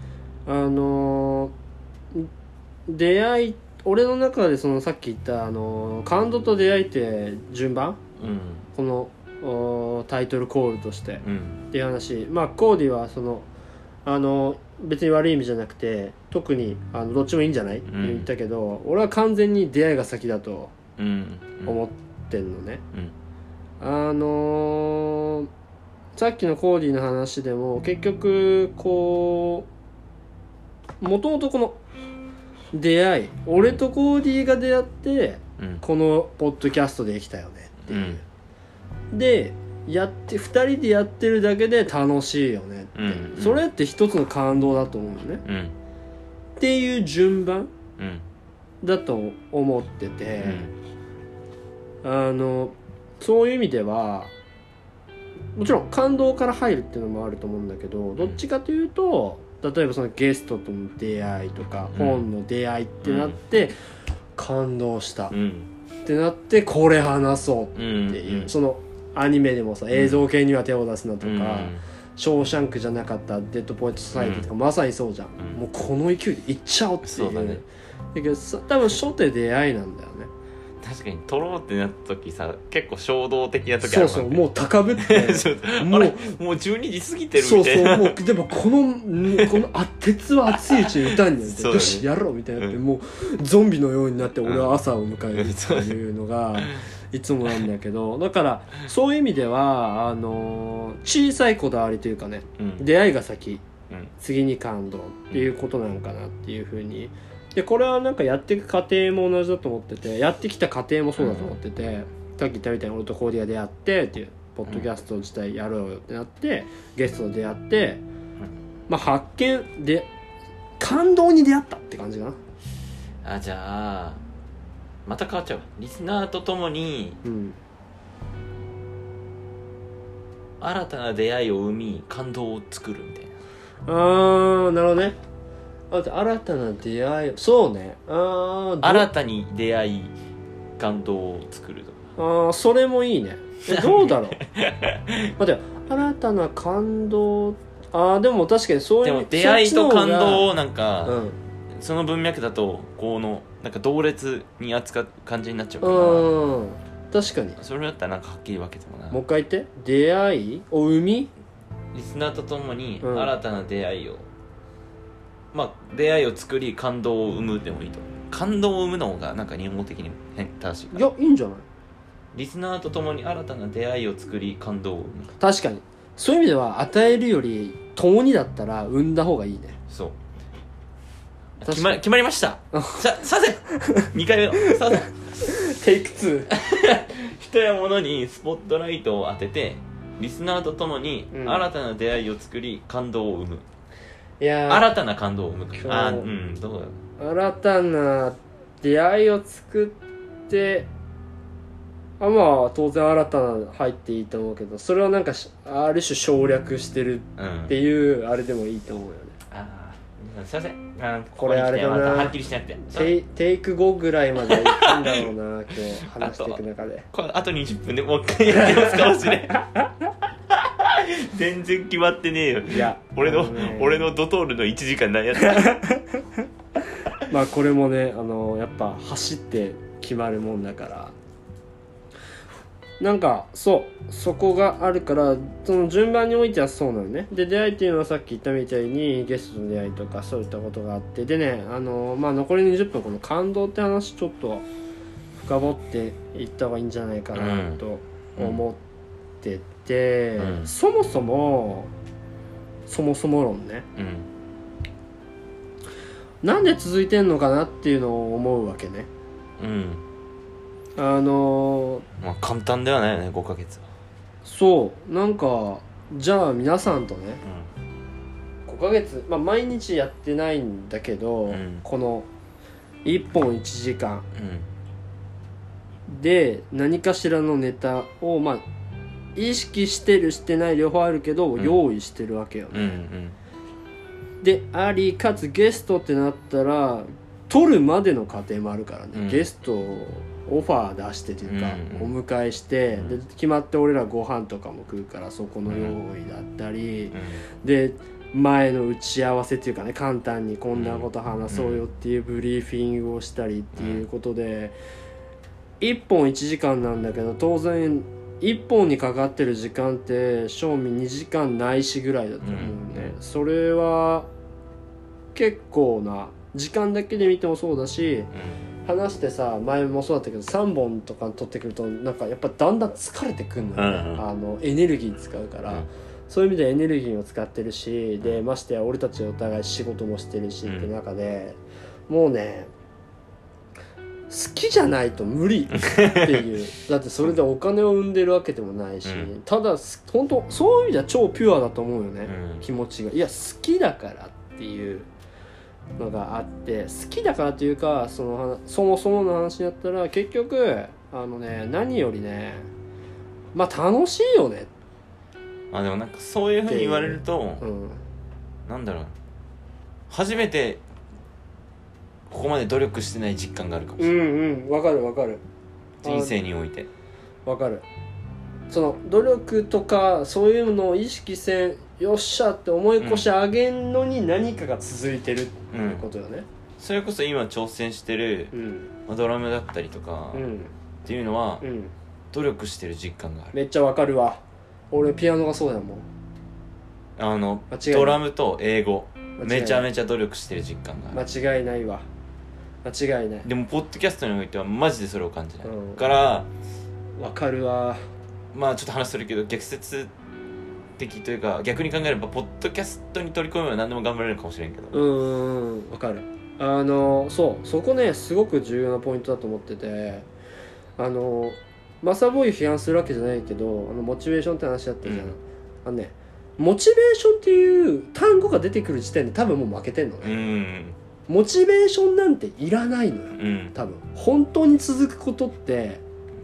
うね、出会い、俺の中でそのさっき言った感動と出会いって順番、このタイトルコールとして、っていう話。まあコーディはその別に悪い意味じゃなくて、特にどっちもいいんじゃないって言ったけど、俺は完全に出会いが先だと思ってんのね、さっきのコーディの話でも結局こうもともとこの出会い、俺とコーディが出会って、このポッドキャストできたよねっていう、でやって2人でやってるだけで楽しいよねって、それって一つの感動だと思うよね、っていう順番だと思ってて、そういう意味ではもちろん感動から入るっていうのもあると思うんだけど、どっちかというと例えばそのゲストとの出会いとか、本の出会いってなって、感動したってなってこれ話そうっていう、そのアニメでもさ、映像系には手を出すなとか、ショーシャンクじゃなかったデッドポイントソサイティとか、まさにそうじゃん、もうこの勢いでいっちゃおうっていう。そうだね。だけど多分初手出会いなんだよね。 確かに撮ろうってなった時さ、結構衝動的な時あるもんね。 そうもう高ぶってもう12時過ぎてるみたいな。 もうでもこの鉄は熱いうちに歌になって、よしやろうみたいになって、もうゾンビのようになって俺は朝を迎えるっていうのがいつもなんだけど、だからそういう意味では小さいこだわりというかね、出会いが先、次に感動っていうことなのかなっていうふうに。でこれはなんかやっていく過程も同じだと思ってて、やってきた過程もそうだと思ってて、さっき言ったみたいに俺とコーディが出会ってっていうポッドキャスト自体やろうよってなって、ゲストと出会って、まあ発見で感動に出会ったって感じかな。 じゃあまた変わっちゃう。リスナーとともに、新たな出会いを生み感動を作るみたいな。 なるほどね。新たな出会い、そうね、 新たに出会い感動を作るとか、それもいいね。どうだろう待って、新たな感動、でも確かにそういう、でも出会いと感動をなんか、その文脈だとこのなんか同列に扱う感じになっちゃうから、 確かにそれだったらなんかはっきり分けてもな。 もう一回言って。出会いを生み、 リスナーとともに新たな出会いを、まあ出会いを作り感動を生むでもいいと。感動を生むの方がなんか日本語的に正しいかな。いや、いいんじゃない。 リスナーとともに新たな出会いを作り感動を生む。 確かにそういう意味では与えるより共にだったら生んだ方がいいね。 そう決まりました。させ2回目のさせテイク2 人や物にスポットライトを当ててリスナーとともに新たな出会いを作り感動を生む。いや新たな感動を生む。どうだろう。 新たな出会いを作ってまあ当然新たな入っていいと思うけど、それはなんかある種省略してるっていうあれでもいいと思うよね。 すいません、 これあれだな、 はっきりしなくてテイク5ぐらいまでいくんだろうな今日話していく中で。 あと20分でもう一回やってますかもしれん全然決まってねえよ。いや俺のドトールの1時間何やったまあこれもねやっぱ走って決まるもんだから、なんかそこがあるから、その順番においてはそうなのね。で出会いっていうのはさっき言ったみたいにゲストの出会いとかそういったことがあって、でねまあ残り20分この感動って話ちょっと深掘っていった方がいいんじゃないかなと思ってて、そもそも論ね、なんで続いてんのかなっていうのを思うわけね。 まあ簡単ではないよね、5ヶ月は。 そうなんかじゃあ皆さんとね、5ヶ月、まあ、毎日やってないんだけど、この1本1時間で何かしらのネタをまあ意識してるしてない両方あるけど、用意してるわけよね、でありかつゲストってなったら撮るまでの過程もあるからね、ゲストをオファー出してというか、お迎えして、で決まって俺らご飯とかも食うからそこの用意だったり、で前の打ち合わせっていうかね、簡単にこんなこと話そうよっていうブリーフィングをしたりっていうことで、1本1時間なんだけど、当然1本にかかってる時間って正味2時間ないしぐらいだと思うね、それは結構な時間だけで見てもそうだし、話してさ、前もそうだったけど3本とか撮ってくるとなんかやっぱだんだん疲れてくるのよね、エネルギー使うから、そういう意味でエネルギーを使ってるし、でましてや俺たちお互い仕事もしてるしって中で、もうね好きじゃないと無理っていうだってそれでお金を生んでるわけでもないし、ただ本当そういう意味では超ピュアだと思うよね、気持ちが。いや好きだからっていうのがあって、好きだからというか、そもそもの話だったら結局何よりね、まあ楽しいよね。 でもなんかそういう風に言われると、なんだろう、初めてここまで努力してない実感があるかもしれない。 わかるわかる。 人生においてわかる。その努力とかそういうのを意識せん、よっしゃって思い越し上げんのに何かが続いてるっていうことよね、 それこそ今挑戦してる、ドラムだったりとか、っていうのは、努力してる実感がある。 めっちゃわかるわ。俺ピアノがそうだもん。 ドラムと英語めちゃめちゃ努力してる実感がある。 間違いないわ。間違いない。 でもポッドキャストにおいてはマジでそれを感じない、からわかるわ。 まあちょっと話するけど逆説的というか、逆に考えればポッドキャストに取り込めば何でも頑張れるかもしれんけど、 わかる。そこねすごく重要なポイントだと思ってて、マサボーイ批判するわけじゃないけど、モチベーションって話だったじゃん、モチベーションっていう単語が出てくる時点で多分もう負けてんのね、モチベーションなんていらないのよ、多分本当に続くことって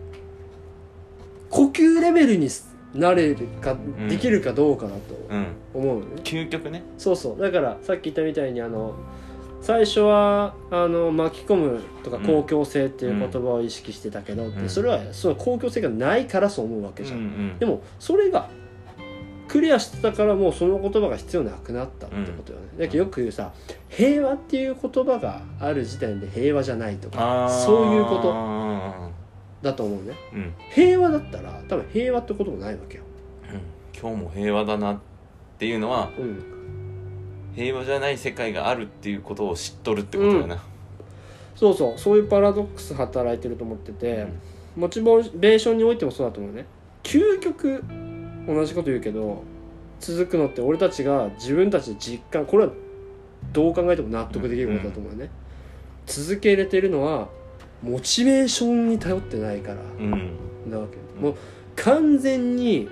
呼吸レベルになれるか、できるかどうかだと思うのね、 究極ね。 そうだからさっき言ったみたいに最初は巻き込むとか公共性っていう言葉を意識してたけど、それはその公共性がないからそう思うわけじゃん、でもそれがクリアしてたからもうその言葉が必要なくなったってことよね、だけどよく言うさ、平和っていう言葉がある時点で平和じゃないとか、そういうことだと思うね、平和だったら多分平和ってこともないわけよ、 今日も平和だなっていうのは、平和じゃない世界があるっていうことを知っとるってことだな、 そういうパラドックス働いてると思ってて、モチベーションにおいてもそうだと思うね。究極同じこと言うけど続くのって俺たちが自分たちで実感、これはどう考えても納得できることだと思うね、続けれてるのはモチベーションに頼ってないからなわけ、もう完全に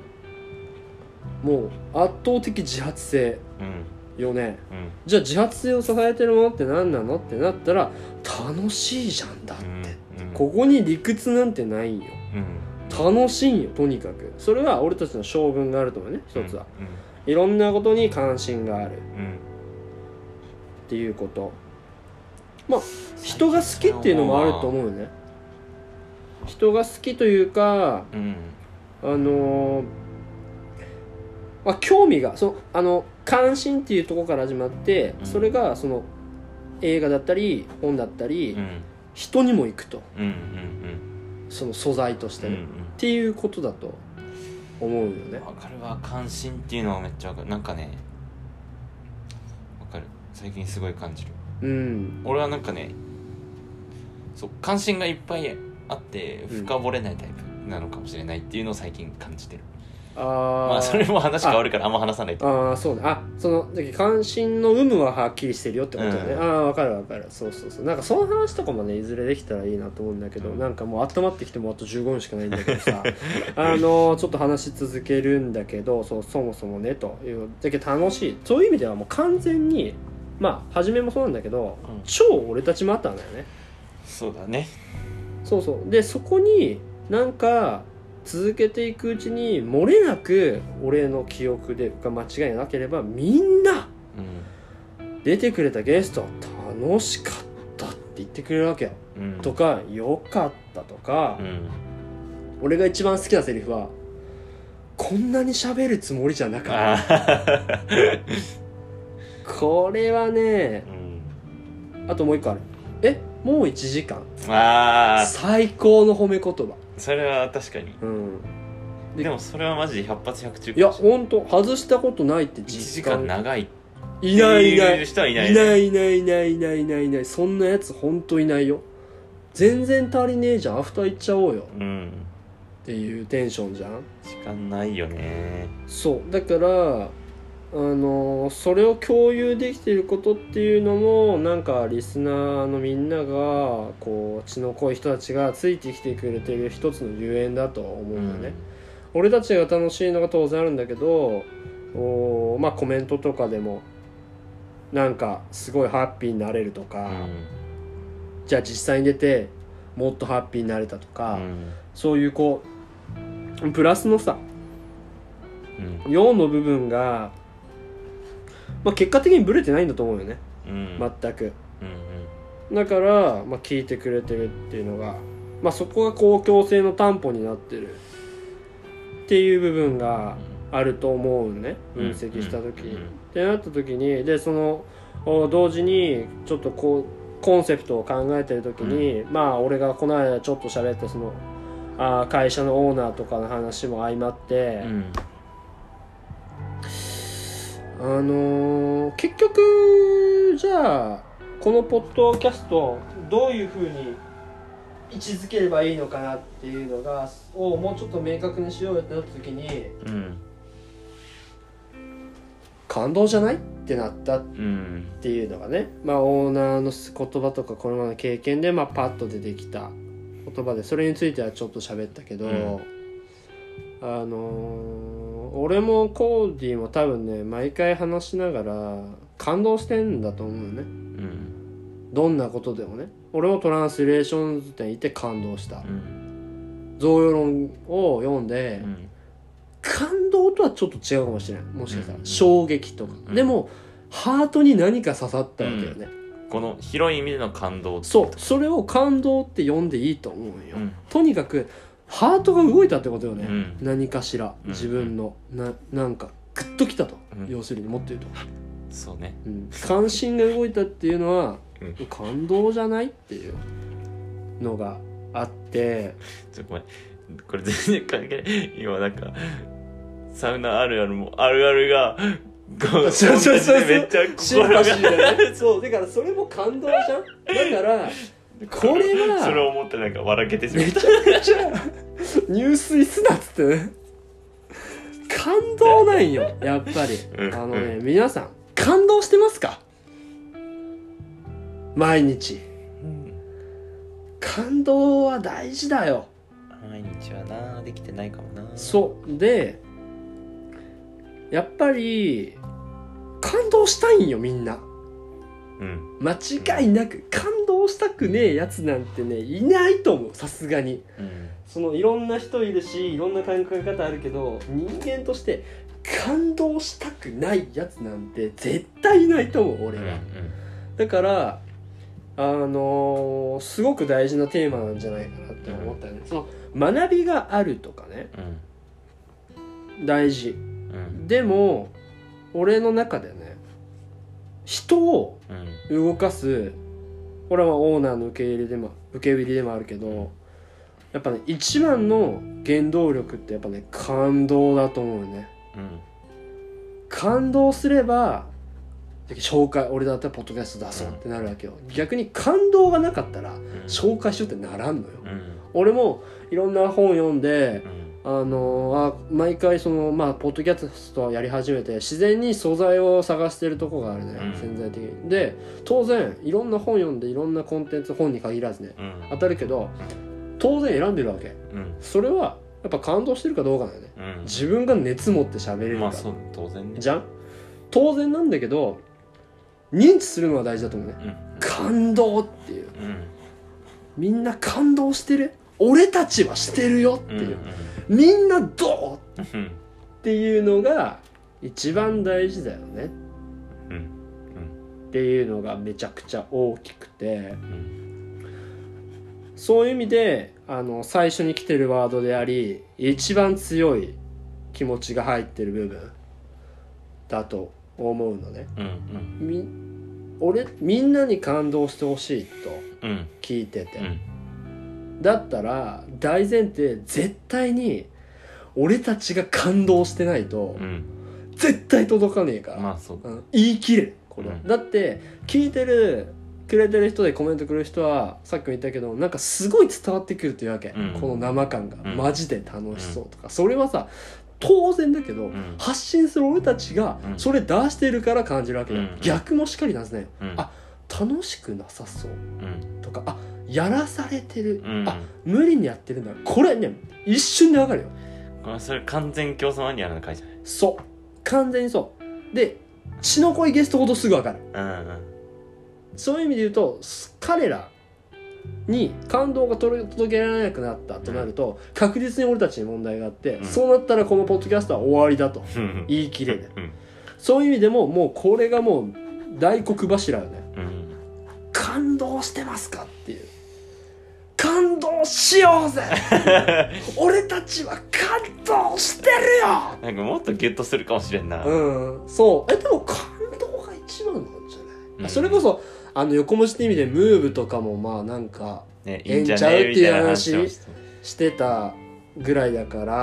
もう圧倒的自発性よね、じゃあ自発性を支えてるものって何なのってなったら楽しいじゃんだって、ここに理屈なんてないんよ、楽しいんよとにかく。それは俺たちの性分があると思うね、一つは、いろんなことに関心がある、っていうこと。まあ人が好きっていうのもあると思うよね。人が好きというか、まあ、興味が関心っていうところから始まって、それがその映画だったり本だったり、人にも行くと、その素材としてね、っていうことだと思うよね。 わかるわ、関心っていうのはめっちゃわかる。なんかね、わかる、最近すごい感じる。俺はなんかね、関心がいっぱいあって深掘れないタイプなのかもしれないっていうのを最近感じてる。 まあそれも話変わるからあんま話さないと。 そうだ。その関心の有無ははっきりしてるよってことね。わかるわかる。そうそうそう。なんかその話とかもねいずれできたらいいなと思うんだけど、なんかもう温まってきてもあと15分しかないんだけどさちょっと話し続けるんだけど、そもそもねというだけ楽しい、そういう意味ではもう完全にまあ初めもそうなんだけど、超俺たちもあったんだよね。 そうだね。 そうそうで、そこになんか続けていくうちに漏れなく俺の記憶でが間違いなければみんな出てくれたゲスト楽しかったって言ってくれるわけよ、とかよかったとか、俺が一番好きなセリフはこんなに喋るつもりじゃなかったこれはね、あともう一個ある。もう1時間。最高の褒め言葉。 それは確かに。でもそれはマジで100発100中。 いやほんと外したことないって実感。1時間長い。 いないいない。 人はいない。 いないいないいないいないいないいない。そんなやつほんといないよ。全然足りねえじゃん。アフター行っちゃおうよ。っていうテンションじゃん。 時間ないよね。 そうだからそれを共有できていることっていうのもなんかリスナーのみんながこう血の濃い人たちがついてきてくれている一つのゆえんだと思うんだね、俺たちが楽しいのが当然あるんだけど、まあコメントとかでもなんかすごいハッピーになれるとか、じゃあ実際に出てもっとハッピーになれたとか、そういうこうプラスのさ、4の部分がまあ、結果的にブレてないんだと思うよね、全く、だから、まあ、聞いてくれてるっていうのが、まあ、そこが公共性の担保になってるっていう部分があると思うね、分析した時に、ってなった時にでその同時にちょっとこうコンセプトを考えてる時に、まあ俺がこの間ちょっと喋ったその会社のオーナーとかの話も相まって、結局じゃあこのポッドキャストどういう風に位置づければいいのかなっていうのがもうちょっと明確にしようよってなった時に、感動じゃないってなったっていうのがね、まあオーナーの言葉とかこれまでの経験でまあパッと出てきた言葉で、それについてはちょっと喋ったけど、俺もコーディも多分ね毎回話しながら感動してんだと思うよね、どんなことでもね。俺もトランスレーションズ店行って感動した、贈与論を読んで、感動とはちょっと違うかもしれない、もしかしたら、衝撃とか、でもハートに何か刺さったわけよね、 この広い意味での感動。 そうそれを感動って呼んでいいと思うよ、とにかくハートが動いたってことよね、何かしら自分のなんかグッときたと、要するにもっと言うとそうね、 関心が動いたっていうのは、感動じゃないっていうのがあって、 ごめんこれ全然関係ない。今なんかサウナあるあるもあるあるがめっちゃ心がそうだからそれも感動じゃん。だからこれはそれを思ってなんか笑けてしまった。 めちゃくちゃ入水すなっつってね、感動なんよやっぱり。皆さん感動してますか？毎日、感動は大事だよ。 毎日はなできてないかもな。 そうでやっぱり感動したいんよみんな、間違いなく感動したくねえやつなんてねいないと思う、さすがに、そのいろんな人いるしいろんな考え方あるけど、人間として感動したくないやつなんて絶対いないと思う俺は、だからすごく大事なテーマなんじゃないかなって思ったよね、その学びがあるとかね、大事、でも俺の中でね人を動かす、これはオーナーの受け入れでもあるけど、やっぱね一番の原動力ってやっぱね感動だと思うよね、感動すれば紹介、俺だったらポッドキャスト出そうってなるわけよ、逆に感動がなかったら紹介しようってならんのよ、俺もいろんな本読んで、 毎回そのポッドキャストをやり始めて自然に素材を探してるとこがあるね、潜在的に。で当然いろんな本読んでいろんなコンテンツ、本に限らずね、当たるけど当然選んでるわけ、それはやっぱ感動してるかどうかだよね、自分が熱持って喋れるか、 そう当然ね、 じゃん。当然なんだけど認知するのは大事だと思うね、感動っていう、みんな感動してる、俺たちはしてるよっていう、みんなどうっていうのが一番大事だよね、っていうのがめちゃくちゃ大きくて、そういう意味で最初に来てるワードであり一番強い気持ちが入ってる部分だと思うのね、みんなに感動してほしいと聞いてて、だったら大前提絶対に俺たちが感動してないと絶対届かねえから、言い切れるこれ、だって聞いてくれてる人でコメントくれる人はさっきも言ったけどなんかすごい伝わってくるっていうわけ、この生感が、マジで楽しそうとか、それはさ当然だけど、発信する俺たちがそれ出してるから感じるわけだよ、逆もしっかりなんですね、楽しくなさそうとか、やらされてる、無理にやってるんだ、これね一瞬でわかるよ。 それ完全競争マニアの回じゃない。 そう完全にそうで、血の濃いゲストほどすぐわかる、そういう意味で言うと彼らに感動が届けられなくなったとなると、確実に俺たちに問題があって、そうなったらこのポッドキャストは終わりだと言い切れる、そういう意味でももうこれがもう大黒柱よね、感動してますかっていう、感動しようぜ俺たちは感動してるよ。 なんかもっとギュッとするかもしれんな。 そうでも感動が一番なんじゃない、それこそ横文字って意味でムーブとかもなんかええんちゃうっていう話してたぐらいだから、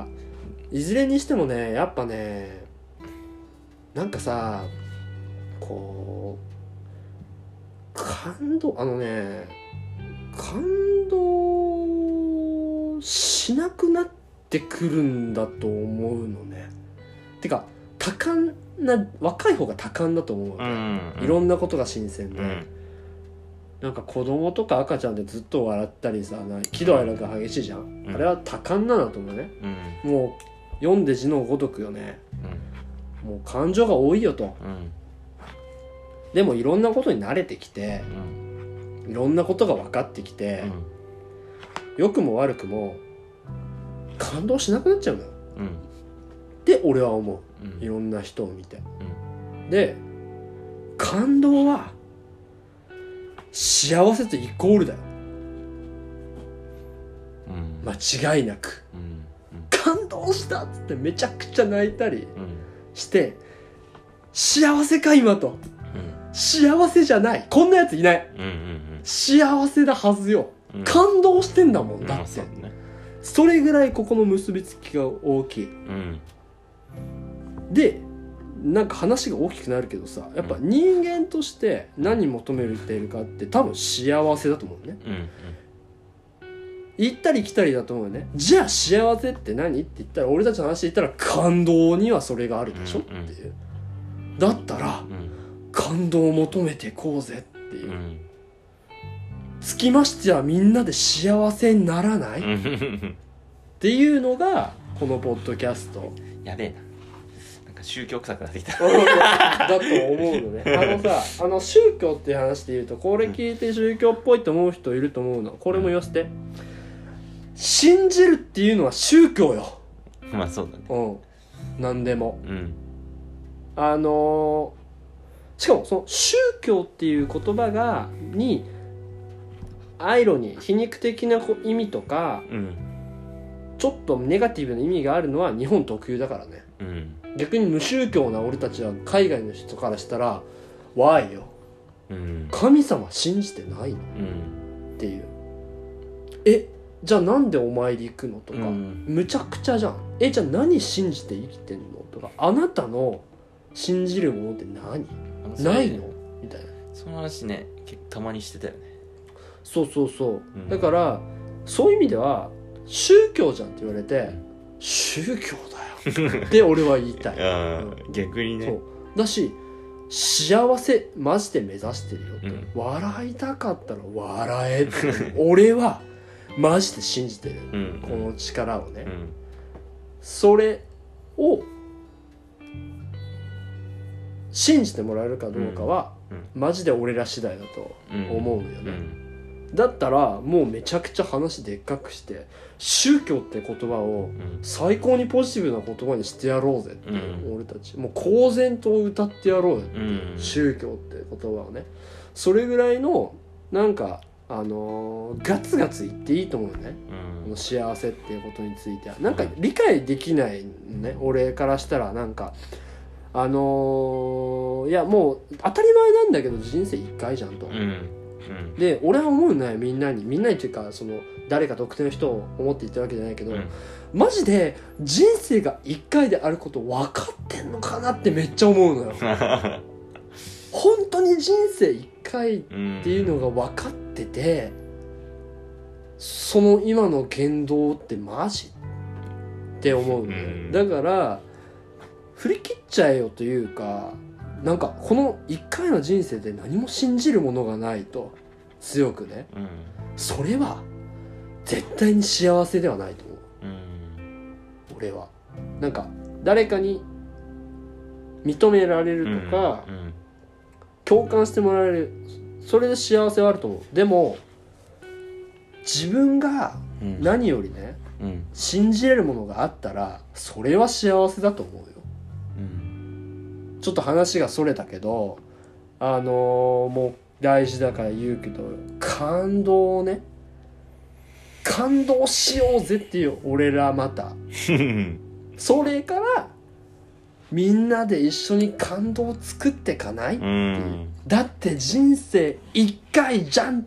いずれにしてもねやっぱねなんかさこう感動感動しなくなってくるんだと思うのね。てか多感な若い方が多感だと思うわけ、いろんなことが新鮮で、なんか子供とか赤ちゃんでずっと笑ったりさ喜怒哀楽が激しいじゃん、あれは多感なんだと思うね、もう読んで字のごとくよね、もう感情が多いよと、でもいろんなことに慣れてきて、いろんなことが分かってきて、良くも悪くも感動しなくなっちゃうのよ、って俺は思う、いろんな人を見て、で感動は幸せとイコールだよ、間違いなく、感動したっつってめちゃくちゃ泣いたりして、幸せか今と、幸せじゃない、こんなやついない、幸せだはずよ、感動してんだもんだって、それぐらいここの結びつきが大きい、でなんか話が大きくなるけどさ、やっぱ人間として何求めているかって多分幸せだと思うね、行ったり来たりだと思うね。じゃあ幸せって何って言ったら、俺たちの話で言ったら感動にはそれがあるでしょっていう、だったら感動を求めていこうぜっていう、つきましてはみんなで幸せにならないっていうのがこのポッドキャスト。 やべえな、なんか宗教臭くなってきただと思うのね。宗教っていう話で言うと、これ聞いて宗教っぽいと思う人いると思うの。これもよして、信じるっていうのは宗教よ。 まあそうだね。何でも。しかもその宗教っていう言葉にアイロニー、皮肉的な意味とか、ちょっとネガティブな意味があるのは日本特有だからね、逆に無宗教な俺たちは海外の人からしたらわいよ、神様信じてないの、っていう、じゃあなんでお参り行くのとか、むちゃくちゃじゃん。じゃあ何信じて生きてんのとか、あなたの信じるものって何ないのみたいな、 その話ねたまにしてたよね。 そう、だからそういう意味では宗教じゃんって言われて宗教だよって俺は言いたい逆にね。 そうだし幸せマジで目指してるよって、笑いたかったら笑えって俺はマジで信じてる、この力をね、それを信じてもらえるかどうかは、マジで俺ら次第だと思うよね、だったらもうめちゃくちゃ話でっかくして宗教って言葉を最高にポジティブな言葉にしてやろうぜって、俺たちもう公然と歌ってやろうよって、宗教って言葉をね、それぐらいのなんかガツガツ言っていいと思うよね、この幸せっていうことについてはなんか理解できないね、俺からしたらなんかいやもう当たり前なんだけど人生一回じゃんと、で俺は思うね、みんなにっていうかその誰か特定の人を思って言ってるわけじゃないけど、マジで人生が一回であること分かってんのかなってめっちゃ思うのよ本当に人生一回っていうのが分かってて、その今の言動ってマジって思うのよ、だから振り切っちゃえよというか、なんかこの一回の人生で何も信じるものがないと強くね、それは絶対に幸せではないと思う、俺はなんか誰かに認められるとか、共感してもらえる、それで幸せはあると思う。でも自分が何よりね、信じれるものがあったらそれは幸せだと思うよ、ちょっと話がそれたけどもう大事だから言うけど、感動をね、感動しようぜっていう俺らまたそれからみんなで一緒に感動を作ってかないっていう、だって人生一回じゃん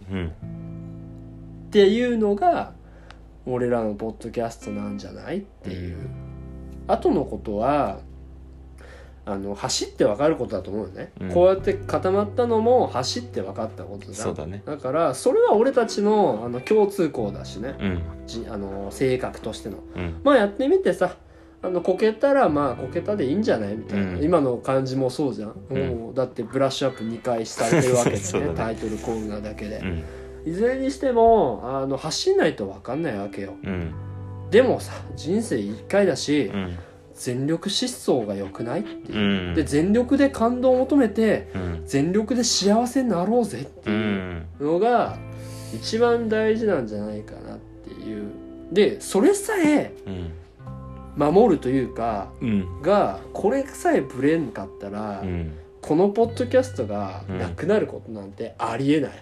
っていうのが俺らのポッドキャストなんじゃないっていう、後のことは走って分かることだと思うよね、こうやって固まったのも走って分かったことだ。 そうだね。 だからそれは俺たちの共通項だしね、性格としての、まあやってみてさ、こけたらまあこけたでいいんじゃないみたいな、今の感じもそうじゃん、もうだってブラッシュアップ2回されてるわけでねね、タイトルコールなだけで、いずれにしても走んないと分かんないわけよ、でもさ人生1回だし、全力疾走が良くないっていう、で全力で感動を求めて、全力で幸せになろうぜっていうのが一番大事なんじゃないかなっていう。でそれさえ守るというか、がこれさえブレんかったら、このポッドキャストがなくなることなんてありえない、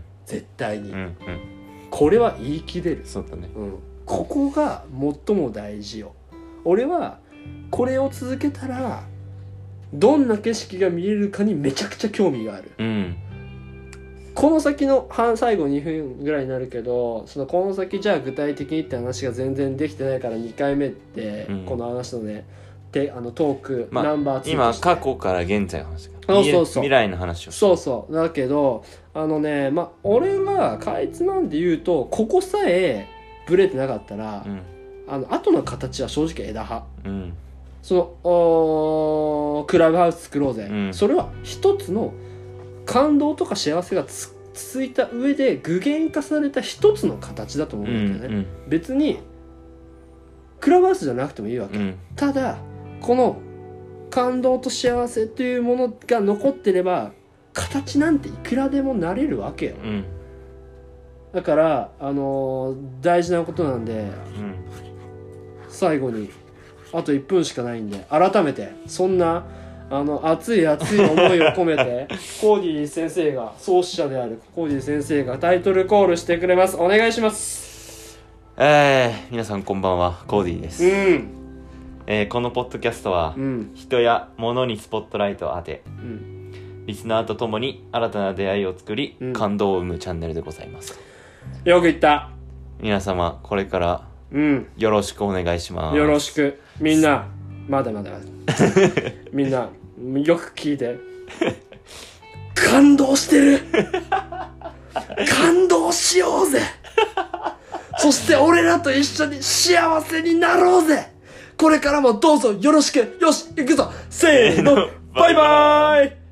絶対に、これは言い切れる。 そうだね、 ここが最も大事よ。俺はこれを続けたらどんな景色が見れるかにめちゃくちゃ興味がある、この先の最後2分ぐらいになるけど、そのこの先じゃあ具体的にって話が全然できてないから2回目って、この話のねトーク、ナンバー2 今過去から現在の話か、 そう未来の話をそうだけど俺はかいつまんで言うと、ここさえブレてなかったら、後の形は正直枝葉、そのクラブハウス作ろうぜ、それは一つの感動とか幸せが続いた上で具現化された一つの形だと思うんだよね、別にクラブハウスじゃなくてもいいわけ、ただこの感動と幸せというものが残ってれば形なんていくらでもなれるわけよ、だから大事なことなんで、最後にあと1分しかないんで、改めてそんな熱い熱い思いを込めてコーディ先生が、創始者であるコーディ先生がタイトルコールしてくれます。お願いします。 皆さんこんばんは、コーディです、このポッドキャストは、人や物にスポットライトを当て、リスナーとともに新たな出会いを作り、感動を生むチャンネルでございます。 よく言った。 皆様これからよろしくお願いします。 よろしく。みんなまだみんなよく聞いて感動してる感動しようぜそして俺らと一緒に幸せになろうぜ。これからもどうぞよろしく。よし、行くぞ。せーの、バイバーイ。